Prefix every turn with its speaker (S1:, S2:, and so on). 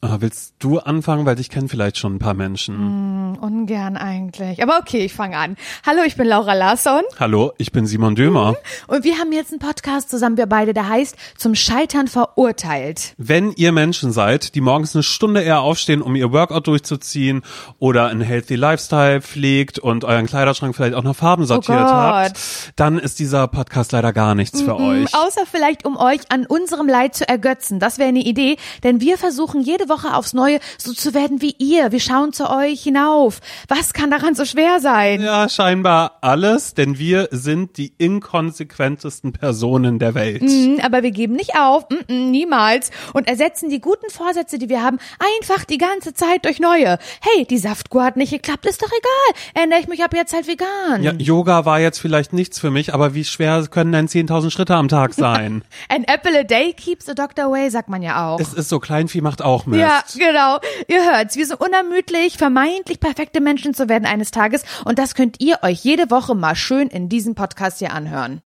S1: Willst du anfangen, weil dich kennen vielleicht schon ein paar Menschen?
S2: Ungern eigentlich. Aber okay, ich fange an. Hallo, ich bin Laura Larsson.
S1: Hallo, ich bin Simon Dömer.
S2: Und wir haben jetzt einen Podcast zusammen, wir beide, der heißt Zum Scheitern verurteilt.
S1: Wenn ihr Menschen seid, die morgens eine Stunde eher aufstehen, um ihr Workout durchzuziehen oder einen Healthy Lifestyle pflegt und euren Kleiderschrank vielleicht auch nach Farben sortiert habt, dann ist dieser Podcast leider gar nichts für euch.
S2: Außer vielleicht, um euch an unserem Leid zu ergötzen. Das wäre eine Idee, denn wir versuchen jede Woche aufs Neue so zu werden wie ihr. Wir schauen zu euch hinauf. Was kann daran so schwer sein?
S1: Ja, scheinbar alles, denn wir sind die inkonsequentesten Personen der Welt.
S2: Aber wir geben nicht auf, niemals, und ersetzen die guten Vorsätze, die wir haben, einfach die ganze Zeit durch neue. Hey, die Saftkur hat nicht geklappt, ist doch egal. Ernähre ich mich ab jetzt halt vegan.
S1: Ja, Yoga war jetzt vielleicht nichts für mich, aber wie schwer können denn 10.000 Schritte am Tag sein?
S2: An apple a day keeps the doctor away, sagt man ja auch.
S1: Es ist so, Kleinvieh macht auch Mist.
S2: Ja, genau. Ihr hört's, wir sind unermüdlich, vermeintlich perfekte Menschen zu werden eines Tages, und das könnt ihr euch jede Woche mal schön in diesem Podcast hier anhören.